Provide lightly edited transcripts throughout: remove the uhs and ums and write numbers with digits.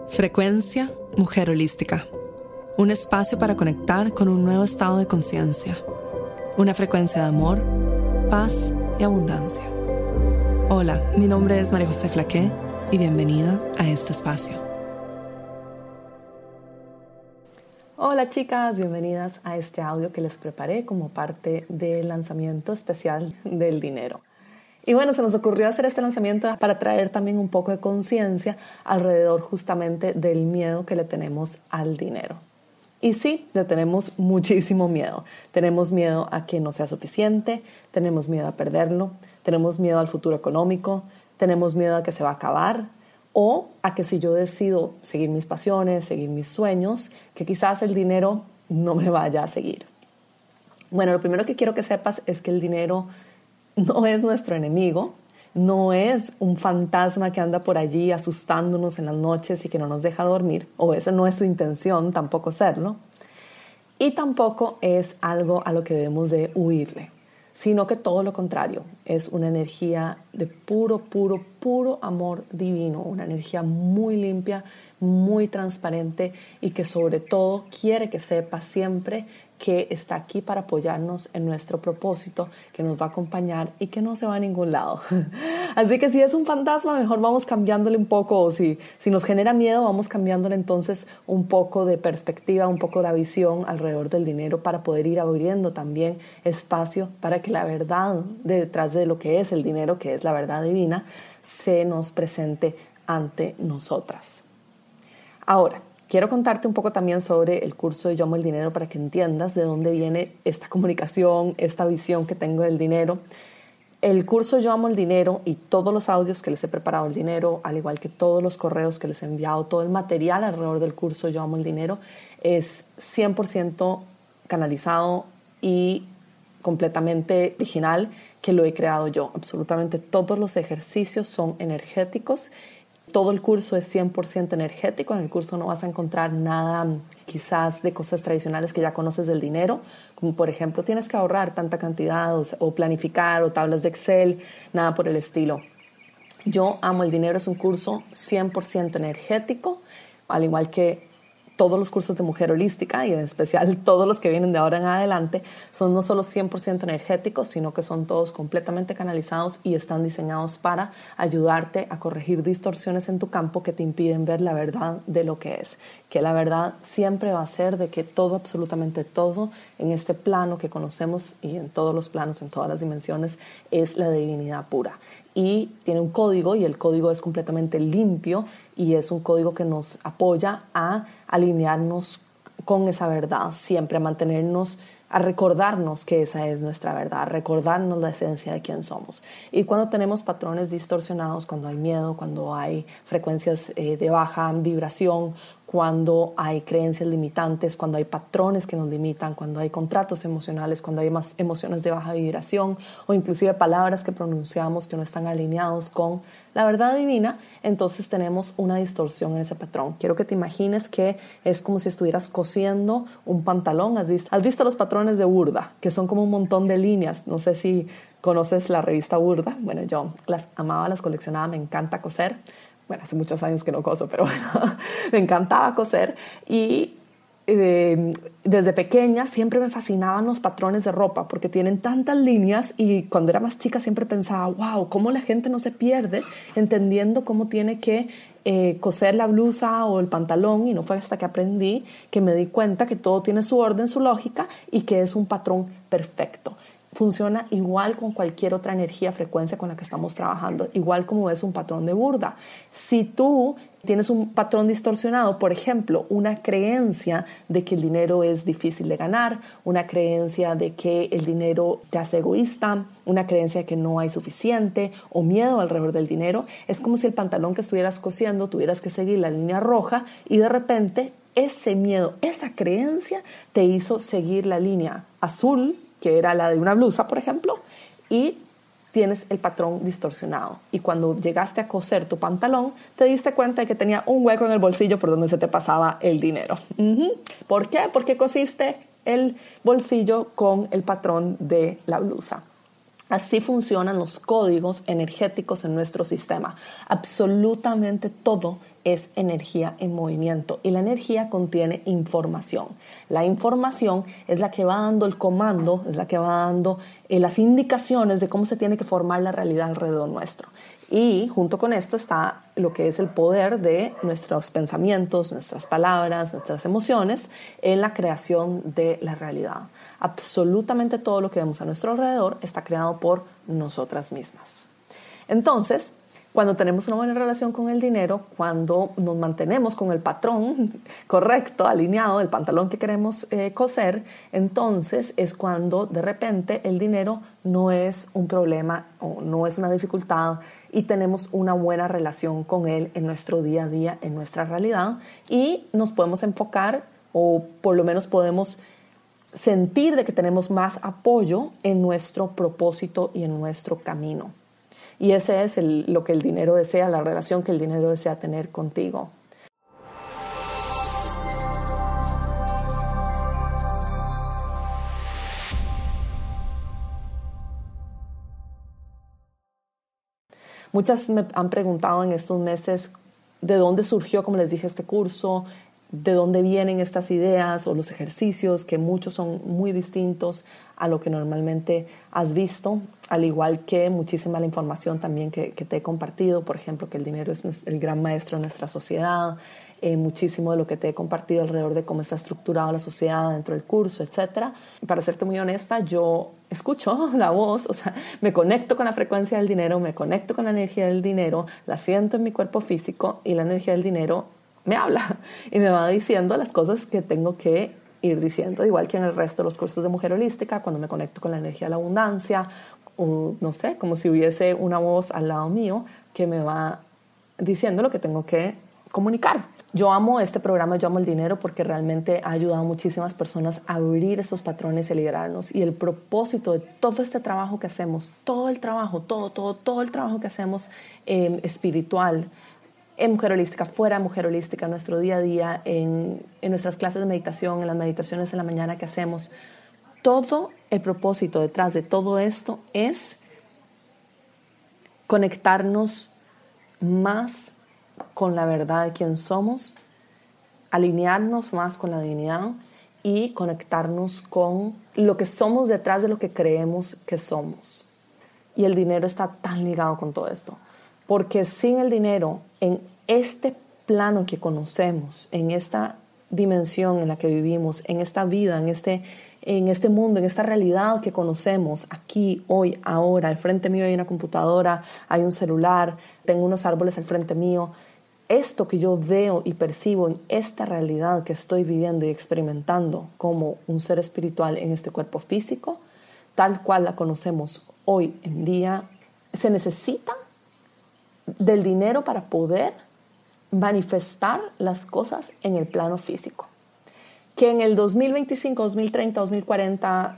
Frecuencia Mujer Holística. Un espacio para conectar con un nuevo estado de conciencia. Una frecuencia de amor, paz y abundancia. Hola, mi nombre es María José Flaqué y bienvenida a este espacio. Hola chicas, bienvenidas a este audio que les preparé como parte del lanzamiento especial del dinero. Y bueno, se nos ocurrió hacer este lanzamiento para traer también un poco de conciencia alrededor justamente del miedo que le tenemos al dinero. Y sí, le tenemos muchísimo miedo. Tenemos miedo a que no sea suficiente, tenemos miedo a perderlo, tenemos miedo al futuro económico, tenemos miedo a que se va a acabar o a que si yo decido seguir mis pasiones, seguir mis sueños, que quizás el dinero no me vaya a seguir. Bueno, lo primero que quiero que sepas es que el dinero no es nuestro enemigo, no es un fantasma que anda por allí asustándonos en las noches y que no nos deja dormir, o esa no es su intención, tampoco serlo. Y tampoco es algo a lo que debemos de huirle, sino que todo lo contrario, es una energía de puro amor divino, una energía muy limpia, muy transparente y que sobre todo quiere que sepa siempre que está aquí para apoyarnos en nuestro propósito, que nos va a acompañar y que no se va a ningún lado. Así que si es un fantasma, mejor vamos cambiándole un poco, o si nos genera miedo, vamos cambiándole entonces un poco de perspectiva, un poco la visión alrededor del dinero para poder ir abriendo también espacio para que la verdad detrás de lo que es el dinero, que es la verdad divina, se nos presente ante nosotras. Ahora, quiero contarte un poco también sobre el curso de Yo Amo el Dinero para que entiendas de dónde viene esta comunicación, esta visión que tengo del dinero. El curso Yo Amo el Dinero y todos los audios que les he preparado el dinero, al igual que todos los correos que les he enviado, todo el material alrededor del curso Yo Amo el Dinero, es 100% canalizado y completamente original, que lo he creado yo. Absolutamente todos los ejercicios son energéticos. Todo el curso es 100% energético. En el curso no vas a encontrar nada quizás de cosas tradicionales que ya conoces del dinero, como por ejemplo tienes que ahorrar tanta cantidad o planificar o tablas de Excel, nada por el estilo. Yo Amo el Dinero es un curso 100% energético, al igual que todos los cursos de Mujer Holística y en especial todos los que vienen de ahora en adelante son no solo 100% energéticos, sino que son todos completamente canalizados y están diseñados para ayudarte a corregir distorsiones en tu campo que te impiden ver la verdad de lo que es. Que la verdad siempre va a ser de que todo, absolutamente todo, en este plano que conocemos y en todos los planos, en todas las dimensiones, es la divinidad pura. Y tiene un código y el código es completamente limpio y es un código que nos apoya a alinearnos con esa verdad, siempre a mantenernos, a recordarnos que esa es nuestra verdad, a recordarnos la esencia de quién somos. Y cuando tenemos patrones distorsionados, cuando hay miedo, cuando hay frecuencias de baja vibración, cuando hay creencias limitantes, cuando hay patrones que nos limitan, cuando hay contratos emocionales, cuando hay más emociones de baja vibración o inclusive palabras que pronunciamos que no están alineados con la verdad divina, entonces tenemos una distorsión en ese patrón. Quiero que te imagines que es como si estuvieras cosiendo un pantalón. ¿Has visto los patrones de Burda? Que son como un montón de líneas. No sé si conoces la revista Burda. Bueno, yo las amaba, las coleccionaba, me encanta coser. Bueno, hace muchos años que no coso, pero bueno, me encantaba coser y desde pequeña siempre me fascinaban los patrones de ropa porque tienen tantas líneas y cuando era más chica siempre pensaba, wow, cómo la gente no se pierde entendiendo cómo tiene que coser la blusa o el pantalón, y no fue hasta que aprendí que me di cuenta que todo tiene su orden, su lógica y que es un patrón perfecto. Funciona igual con cualquier otra energía, frecuencia con la que estamos trabajando, igual como es un patrón de Burda. Si tú tienes un patrón distorsionado, por ejemplo, una creencia de que el dinero es difícil de ganar, una creencia de que el dinero te hace egoísta, una creencia de que no hay suficiente o miedo alrededor del dinero, es como si el pantalón que estuvieras cosiendo tuvieras que seguir la línea roja y de repente ese miedo, esa creencia te hizo seguir la línea azul, que era la de una blusa, por ejemplo, y tienes el patrón distorsionado. Y cuando llegaste a coser tu pantalón, te diste cuenta de que tenía un hueco en el bolsillo por donde se te pasaba el dinero. ¿Por qué? Porque cosiste el bolsillo con el patrón de la blusa. Así funcionan los códigos energéticos en nuestro sistema. Absolutamente todo es energía en movimiento y la energía contiene información. La información es la que va dando el comando, es la que va dando las indicaciones de cómo se tiene que formar la realidad alrededor nuestro. Y junto con esto está lo que es el poder de nuestros pensamientos, nuestras palabras, nuestras emociones en la creación de la realidad. Absolutamente todo lo que vemos a nuestro alrededor está creado por nosotras mismas. Entonces, cuando tenemos una buena relación con el dinero, cuando nos mantenemos con el patrón correcto, alineado, el pantalón que queremos coser, entonces es cuando de repente el dinero no es un problema o no es una dificultad y tenemos una buena relación con él en nuestro día a día, en nuestra realidad, y nos podemos enfocar o por lo menos podemos sentir de que tenemos más apoyo en nuestro propósito y en nuestro camino. Y ese es lo que el dinero desea, la relación que el dinero desea tener contigo. Muchas me han preguntado en estos meses de dónde surgió, como les dije, este curso, de dónde vienen estas ideas o los ejercicios, que muchos son muy distintos a lo que normalmente has visto, al igual que muchísima la información también que te he compartido, por ejemplo, que el dinero es el gran maestro de nuestra sociedad, muchísimo de lo que te he compartido alrededor de cómo está estructurada la sociedad dentro del curso, etc. Para serte muy honesta, yo escucho la voz, o sea, me conecto con la frecuencia del dinero, me conecto con la energía del dinero, la siento en mi cuerpo físico y la energía del dinero me habla y me va diciendo las cosas que tengo que ir diciendo, igual que en el resto de los cursos de Mujer Holística, cuando me conecto con la energía de la abundancia, o no sé, como si hubiese una voz al lado mío que me va diciendo lo que tengo que comunicar. Yo amo este programa, yo amo el dinero porque realmente ha ayudado a muchísimas personas a abrir esos patrones y a liberarnos. Y el propósito de todo este trabajo que hacemos, todo el trabajo, todo el trabajo que hacemos espiritual, en Mujer Holística, fuera de Mujer Holística, en nuestro día a día, en nuestras clases de meditación, en las meditaciones en la mañana que hacemos, todo el propósito detrás de todo esto es conectarnos más con la verdad de quién somos, alinearnos más con la divinidad y conectarnos con lo que somos detrás de lo que creemos que somos. Y el dinero está tan ligado con todo esto, porque sin el dinero, en este plano que conocemos, en esta dimensión en la que vivimos, en esta vida, en este mundo, en esta realidad que conocemos, aquí, hoy, ahora, al frente mío hay una computadora, hay un celular, tengo unos árboles al frente mío. Esto que yo veo y percibo en esta realidad que estoy viviendo y experimentando como un ser espiritual en este cuerpo físico, tal cual la conocemos hoy en día, se necesita del dinero para poder manifestar las cosas en el plano físico. Que en el 2025, 2030, 2040,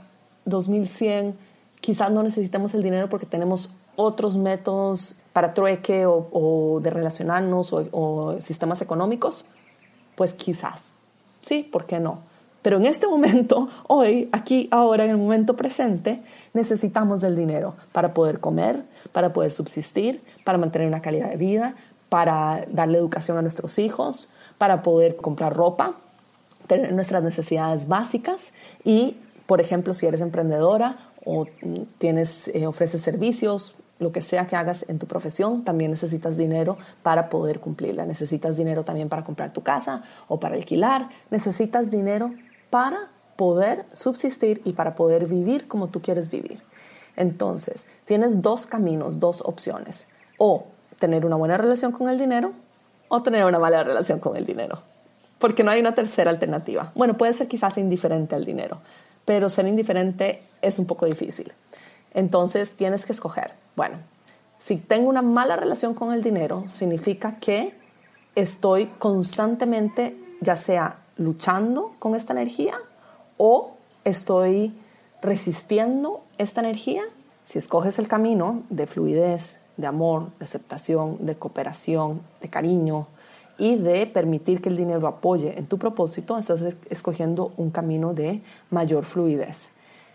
2100 quizás no necesitemos el dinero porque tenemos otros métodos para trueque o de relacionarnos o sistemas económicos, pues quizás, sí, ¿por qué no? Pero en este momento, hoy, aquí, ahora, en el momento presente, necesitamos del dinero para poder comer, para poder subsistir, para mantener una calidad de vida, para darle educación a nuestros hijos, para poder comprar ropa, tener nuestras necesidades básicas y, por ejemplo, si eres emprendedora o ofreces servicios, lo que sea que hagas en tu profesión, también necesitas dinero para poder cumplirla. Necesitas dinero también para comprar tu casa o para alquilar. Necesitas dinero para poder subsistir y para poder vivir como tú quieres vivir. Entonces, tienes dos caminos, dos opciones. O tener una buena relación con el dinero o tener una mala relación con el dinero. Porque no hay una tercera alternativa. Bueno, puede ser quizás indiferente al dinero, pero ser indiferente es un poco difícil. Entonces, tienes que escoger. Bueno, si tengo una mala relación con el dinero, significa que estoy constantemente, ya sea luchando con esta energía o estoy resistiendo esta energía. Si escoges el camino de fluidez, de amor, de aceptación, de cooperación, de cariño y de permitir que el dinero apoye en tu propósito, estás escogiendo un camino de mayor fluidez.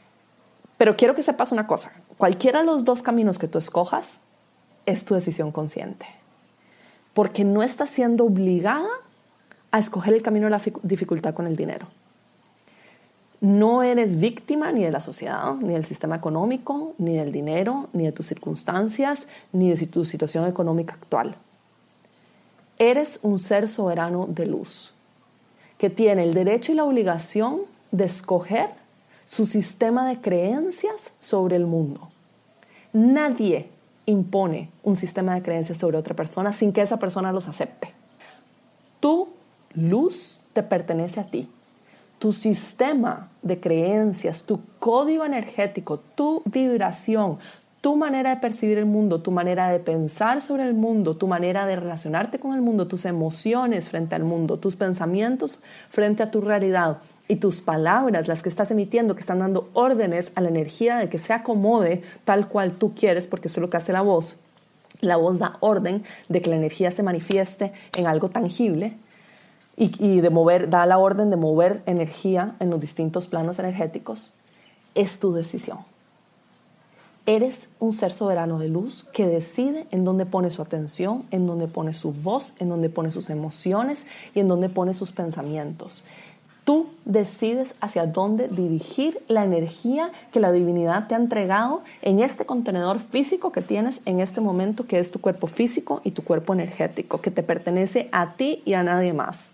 Pero quiero que sepas una cosa, cualquiera de los dos caminos que tú escojas es tu decisión consciente. porque no estás siendo obligada a escoger el camino de la dificultad con el dinero. No eres víctima ni de la sociedad, ni del sistema económico, ni del dinero, ni de tus circunstancias, ni de tu situación económica actual. Eres un ser soberano de luz, que tiene el derecho y la obligación de escoger su sistema de creencias sobre el mundo. Nadie impone un sistema de creencias sobre otra persona sin que esa persona los acepte. Tu luz te pertenece a ti. Tu sistema de creencias, tu código energético, tu vibración, tu manera de percibir el mundo, tu manera de pensar sobre el mundo, tu manera de relacionarte con el mundo, tus emociones frente al mundo, tus pensamientos frente a tu realidad y tus palabras, las que estás emitiendo, que están dando órdenes a la energía de que se acomode tal cual tú quieres, porque eso es lo que hace la voz. La voz da orden de que la energía se manifieste en algo tangible. Y da la orden de mover energía en los distintos planos energéticos. Es tu decisión. Eres un ser soberano de luz que decide en dónde pone su atención, en dónde pone su voz, en dónde pone sus emociones y en dónde pone sus pensamientos. Tú decides hacia dónde dirigir la energía que la divinidad te ha entregado en este contenedor físico que tienes en este momento, que es tu cuerpo físico y tu cuerpo energético, que te pertenece a ti y a nadie más.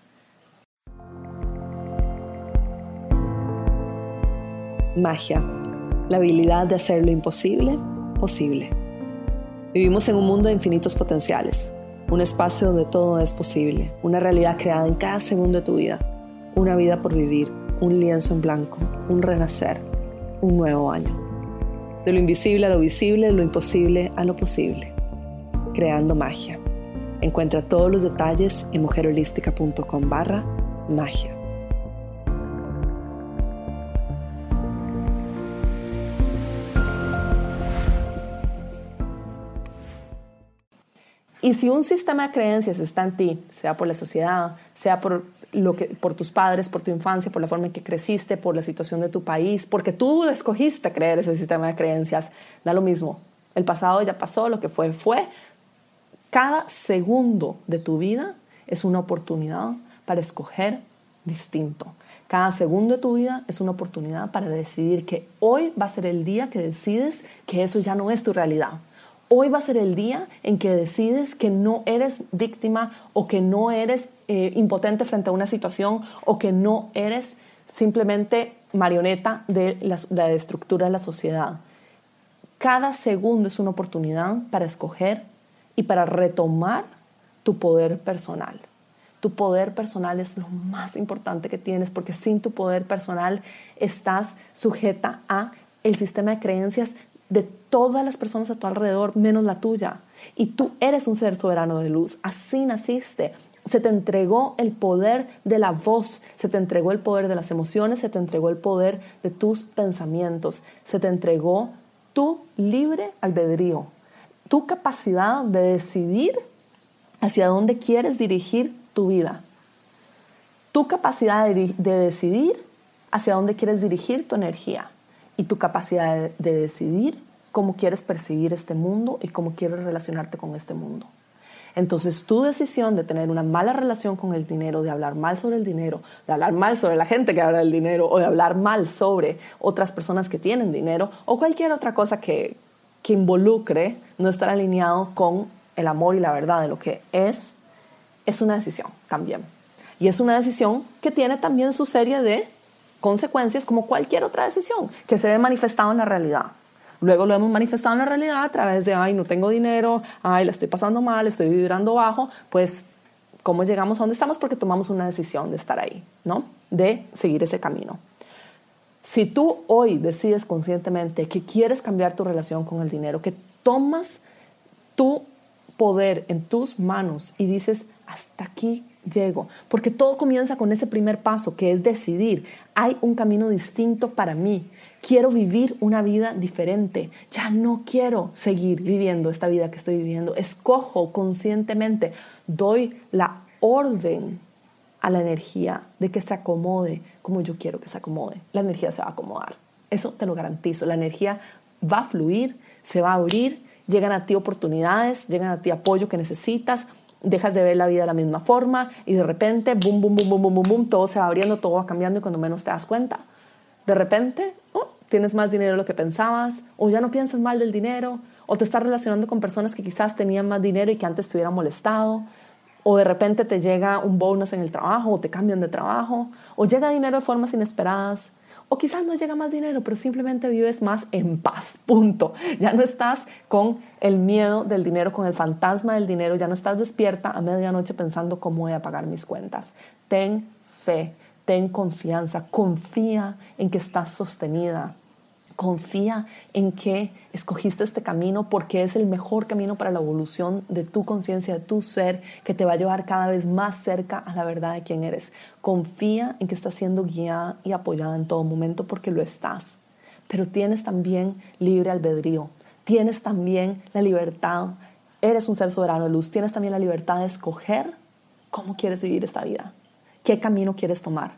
Magia, la habilidad de hacer lo imposible, posible. Vivimos en un mundo de infinitos potenciales, un espacio donde todo es posible, una realidad creada en cada segundo de tu vida, una vida por vivir, un lienzo en blanco, un renacer, un nuevo año. De lo invisible a lo visible, de lo imposible a lo posible. Creando magia. Encuentra todos los detalles en mujerholística.com/magia. Y si un sistema de creencias está en ti, sea por la sociedad, sea por tus padres, por tu infancia, por la forma en que creciste, por la situación de tu país, porque tú escogiste creer ese sistema de creencias, da lo mismo. El pasado ya pasó, lo que fue, fue. Cada segundo de tu vida es una oportunidad para escoger distinto. Cada segundo de tu vida es una oportunidad para decidir que hoy va a ser el día que decides que eso ya no es tu realidad. Hoy va a ser el día en que decides que no eres víctima o que no eres impotente frente a una situación o que no eres simplemente marioneta de la estructura de la sociedad. Cada segundo es una oportunidad para escoger y para retomar tu poder personal. Tu poder personal es lo más importante que tienes, porque sin tu poder personal estás sujeta a el sistema de creencias de todas las personas a tu alrededor, menos la tuya. Y tú eres un ser soberano de luz. Así naciste. Se te entregó el poder de la voz, se te entregó el poder de las emociones, se te entregó el poder de tus pensamientos, se te entregó tu libre albedrío, tu capacidad de decidir hacia dónde quieres dirigir tu vida, tu capacidad de decidir hacia dónde quieres dirigir tu energía y tu capacidad de decidir cómo quieres percibir este mundo y cómo quieres relacionarte con este mundo. Entonces, tu decisión de tener una mala relación con el dinero, de hablar mal sobre el dinero, de hablar mal sobre la gente que habla del dinero o de hablar mal sobre otras personas que tienen dinero o cualquier otra cosa que involucre no estar alineado con el amor y la verdad de lo que es una decisión también. Y es una decisión que tiene también su serie de consecuencias como cualquier otra decisión que se ve manifestado en la realidad. Luego lo hemos manifestado en la realidad a través de, no tengo dinero, la estoy pasando mal, estoy vibrando bajo. Pues, ¿cómo llegamos a donde estamos? Porque tomamos una decisión de estar ahí, ¿no? De seguir ese camino. Si tú hoy decides conscientemente que quieres cambiar tu relación con el dinero, que tomas tu poder en tus manos y dices, hasta aquí llego, porque todo comienza con ese primer paso que es decidir, hay un camino distinto para mí, quiero vivir una vida diferente, ya no quiero seguir viviendo esta vida que estoy viviendo, escojo conscientemente, doy la orden a la energía de que se acomode como yo quiero que se acomode, la energía se va a acomodar, eso te lo garantizo, la energía va a fluir, se va a abrir, llegan a ti oportunidades, llegan a ti apoyo que necesitas, dejas de ver la vida de la misma forma y de repente, boom, boom, boom, boom, boom, boom, boom, todo se va abriendo, todo va cambiando y cuando menos te das cuenta, de repente, tienes más dinero de lo que pensabas, o ya no piensas mal del dinero, o te estás relacionando con personas que quizás tenían más dinero y que antes te hubieran molestado, o de repente te llega un bonus en el trabajo, o te cambian de trabajo, o llega dinero de formas inesperadas, o quizás no llega más dinero, pero simplemente vives más en paz, punto. Ya no estás con el miedo del dinero, con el fantasma del dinero, ya no estás despierta a medianoche pensando cómo voy a pagar mis cuentas. Ten fe, ten confianza, confía en que estás sostenida. Confía en que escogiste este camino porque es el mejor camino para la evolución de tu conciencia, de tu ser, que te va a llevar cada vez más cerca a la verdad de quién eres. Confía en que estás siendo guiada y apoyada en todo momento porque lo estás. Pero tienes también libre albedrío, tienes también la libertad, eres un ser soberano de luz, tienes también la libertad de escoger cómo quieres vivir esta vida, qué camino quieres tomar.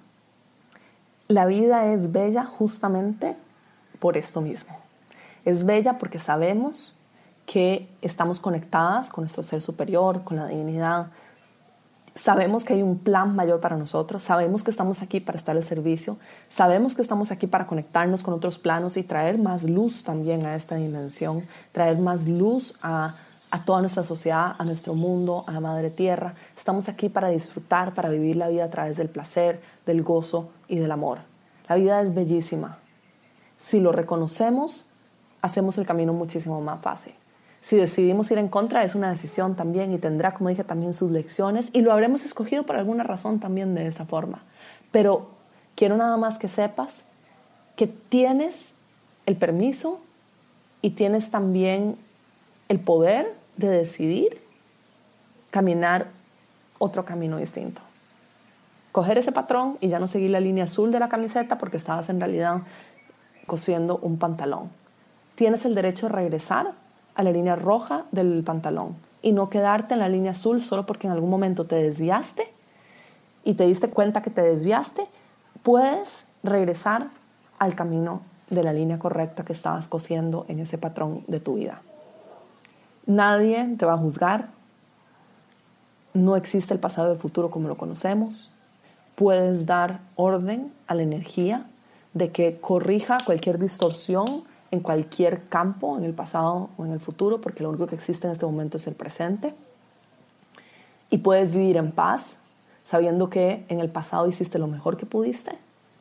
La vida es bella justamente por esto mismo. Es bella porque sabemos que estamos conectadas con nuestro ser superior, con la divinidad. Sabemos que hay un plan mayor para nosotros. Sabemos que estamos aquí para estar al servicio. Sabemos que estamos aquí para conectarnos con otros planos y traer más luz también a esta dimensión. Traer más luz a toda nuestra sociedad, a nuestro mundo, a la Madre Tierra. Estamos aquí para disfrutar, para vivir la vida a través del placer, del gozo y del amor. La vida es bellísima. Si lo reconocemos, hacemos el camino muchísimo más fácil. Si decidimos ir en contra, es una decisión también y tendrá, como dije, también sus lecciones y lo habremos escogido por alguna razón también de esa forma. Pero quiero nada más que sepas que tienes el permiso y tienes también el poder de decidir caminar otro camino distinto. Coger ese patrón y ya no seguir la línea azul de la camiseta porque estabas en realidad cosiendo un pantalón. Tienes el derecho de regresar a la línea roja del pantalón y no quedarte en la línea azul solo porque en algún momento te desviaste y te diste cuenta que te desviaste. Puedes regresar al camino de la línea correcta que estabas cosiendo en ese patrón de tu vida. Nadie te va a juzgar. No existe el pasado y el futuro como lo conocemos. Puedes dar orden a la energía de que corrija cualquier distorsión en cualquier campo, en el pasado o en el futuro, porque lo único que existe en este momento es el presente. Y puedes vivir en paz, sabiendo que en el pasado hiciste lo mejor que pudiste,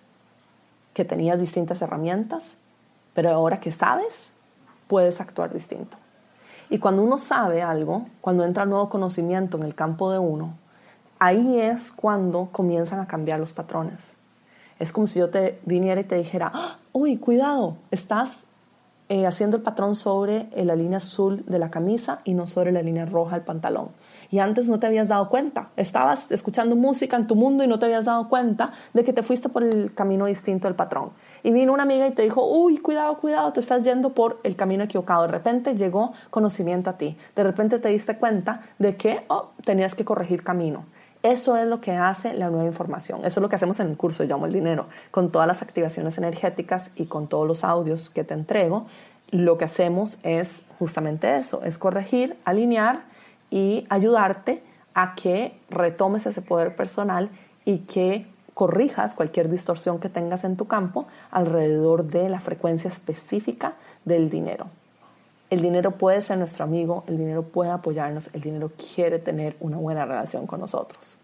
que tenías distintas herramientas, pero ahora que sabes, puedes actuar distinto. Y cuando uno sabe algo, cuando entra nuevo conocimiento en el campo de uno, ahí es cuando comienzan a cambiar los patrones. Es como si yo te viniera y te dijera, uy, cuidado, estás haciendo el patrón sobre la línea azul de la camisa y no sobre la línea roja del pantalón. Y antes no te habías dado cuenta. Estabas escuchando música en tu mundo y no te habías dado cuenta de que te fuiste por el camino distinto del patrón. Y vino una amiga y te dijo, uy, cuidado, cuidado, te estás yendo por el camino equivocado. De repente llegó conocimiento a ti. De repente te diste cuenta de que tenías que corregir camino. Eso es lo que hace la nueva información. Eso es lo que hacemos en el curso Yo Amo el Dinero. Con todas las activaciones energéticas y con todos los audios que te entrego, lo que hacemos es justamente eso, es corregir, alinear y ayudarte a que retomes ese poder personal y que corrijas cualquier distorsión que tengas en tu campo alrededor de la frecuencia específica del dinero. El dinero puede ser nuestro amigo, el dinero puede apoyarnos, el dinero quiere tener una buena relación con nosotros.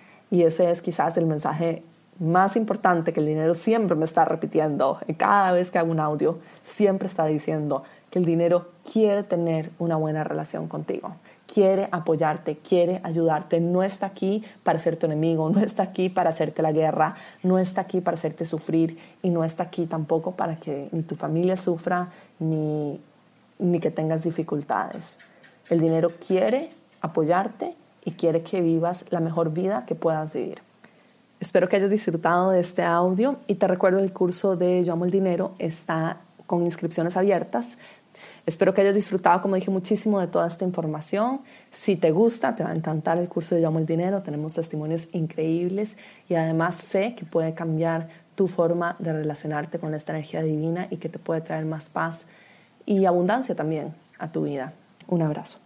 Y ese es quizás el mensaje más importante que el dinero siempre me está repitiendo. Cada vez que hago un audio, siempre está diciendo que el dinero quiere tener una buena relación contigo. Quiere apoyarte, quiere ayudarte. No está aquí para ser tu enemigo, no está aquí para hacerte la guerra, no está aquí para hacerte sufrir y no está aquí tampoco para que ni tu familia sufra ni que tengas dificultades. El dinero quiere apoyarte y quiere que vivas la mejor vida que puedas vivir. Espero que hayas disfrutado de este audio y te recuerdo el curso de Yo Amo el Dinero está con inscripciones abiertas. Espero que hayas disfrutado, como dije, muchísimo de toda esta información. Si te gusta, te va a encantar el curso de Yo Amo el Dinero. Tenemos testimonios increíbles y además sé que puede cambiar tu forma de relacionarte con esta energía divina y que te puede traer más paz y abundancia también a tu vida. Un abrazo.